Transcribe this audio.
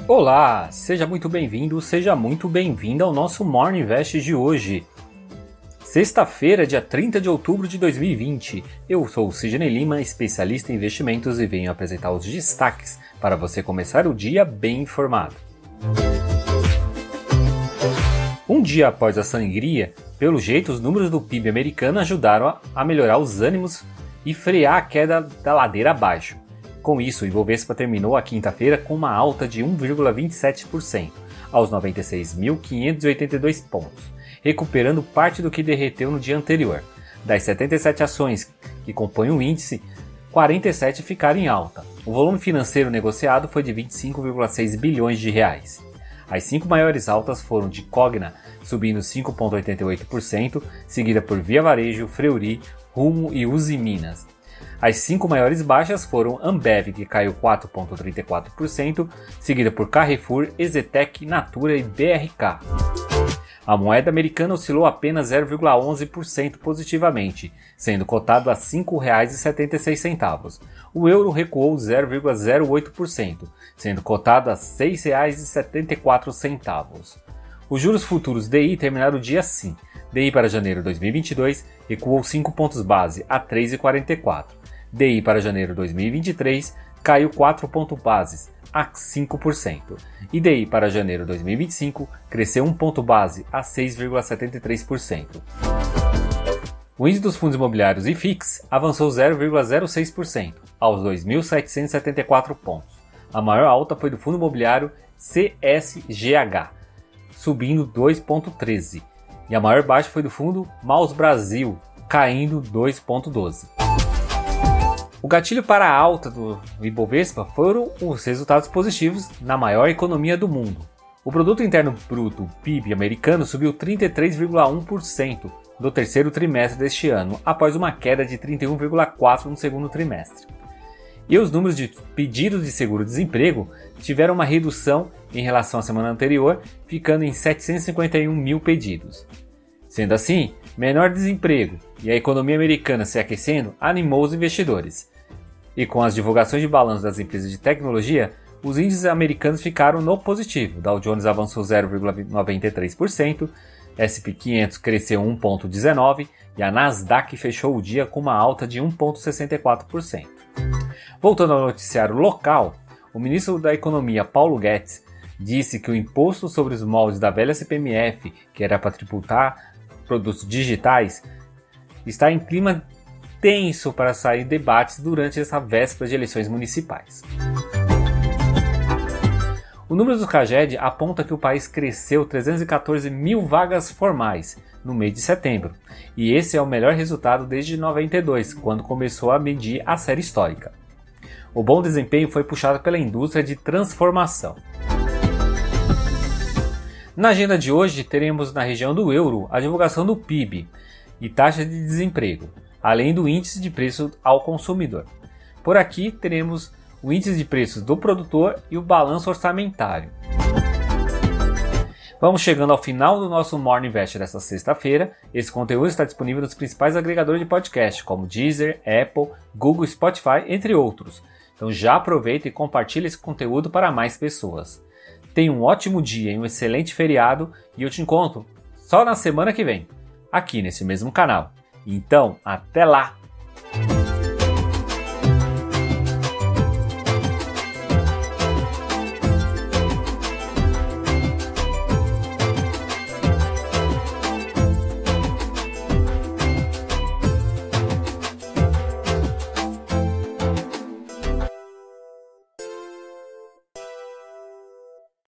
Olá, seja muito bem-vindo, seja muito bem-vinda ao nosso Morning Invest de hoje. Sexta-feira, dia 30 de outubro de 2020. Eu sou o Sidney Lima, especialista em investimentos e venho apresentar os destaques para você começar o dia bem informado. Um dia após a sangria, pelo jeito os números do PIB americano ajudaram a melhorar os ânimos e frear a queda da ladeira abaixo. Com isso, o Ibovespa terminou a quinta-feira com uma alta de 1,27%, aos 96.582 pontos, recuperando parte do que derreteu no dia anterior. Das 77 ações que compõem o índice, 47 ficaram em alta. O volume financeiro negociado foi de 25,6 bilhões de reais. As 5 maiores altas foram de Cogna, subindo 5,88%, seguida por Via Varejo, Fleury, Rumo e Usiminas. As 5 maiores baixas foram Ambev, que caiu 4,34%, seguida por Carrefour, Ezetec, Natura e BRK. A moeda americana oscilou apenas 0,11% positivamente, sendo cotado a R$ 5,76. O euro recuou 0,08%, sendo cotado a R$ 6,74. Os juros futuros DI terminaram o dia assim. DI para janeiro de 2022 recuou 5 pontos base a 3,44. DI para janeiro de 2023 caiu 4 pontos bases a 5%. E DI para janeiro de 2025 cresceu 1 ponto base a 6,73%. O índice dos fundos imobiliários IFIX avançou 0,06% aos 2.774 pontos. A maior alta foi do fundo imobiliário CSGH, subindo 2,13%. E a maior baixa foi do fundo Maus Brasil, caindo 2,12%. O gatilho para a alta do Ibovespa foram os resultados positivos na maior economia do mundo. O Produto Interno Bruto, PIB americano, subiu 33,1% no terceiro trimestre deste ano, após uma queda de 31,4% no segundo trimestre. E os números de pedidos de seguro-desemprego tiveram uma redução em relação à semana anterior, ficando em 751 mil pedidos. Sendo assim, menor desemprego e a economia americana se aquecendo animou os investidores. E com as divulgações de balanço das empresas de tecnologia, os índices americanos ficaram no positivo. Dow Jones avançou 0,93%, S&P 500 cresceu 1,19% e a Nasdaq fechou o dia com uma alta de 1,64%. Voltando ao noticiário local, o ministro da Economia, Paulo Guedes, disse que o imposto sobre os moldes da velha CPMF, que era para tributar produtos digitais, está em clima tenso para sair debates durante essa véspera de eleições municipais. O número do CAGED aponta que o país cresceu 314 mil vagas formais no mês de setembro, e esse é o melhor resultado desde 92, quando começou a medir a série histórica. O bom desempenho foi puxado pela indústria de transformação. Na agenda de hoje, teremos na região do euro a divulgação do PIB e taxa de desemprego, além do índice de preço ao consumidor. Por aqui, teremos o índice de preços do produtor e o balanço orçamentário. Vamos chegando ao final do nosso Morning Invest desta sexta-feira. Esse conteúdo está disponível nos principais agregadores de podcast, como Deezer, Apple, Google, Spotify, entre outros. Então já aproveita e compartilha esse conteúdo para mais pessoas. Tenha um ótimo dia e um excelente feriado e eu te encontro só na semana que vem, aqui nesse mesmo canal. Então, até lá!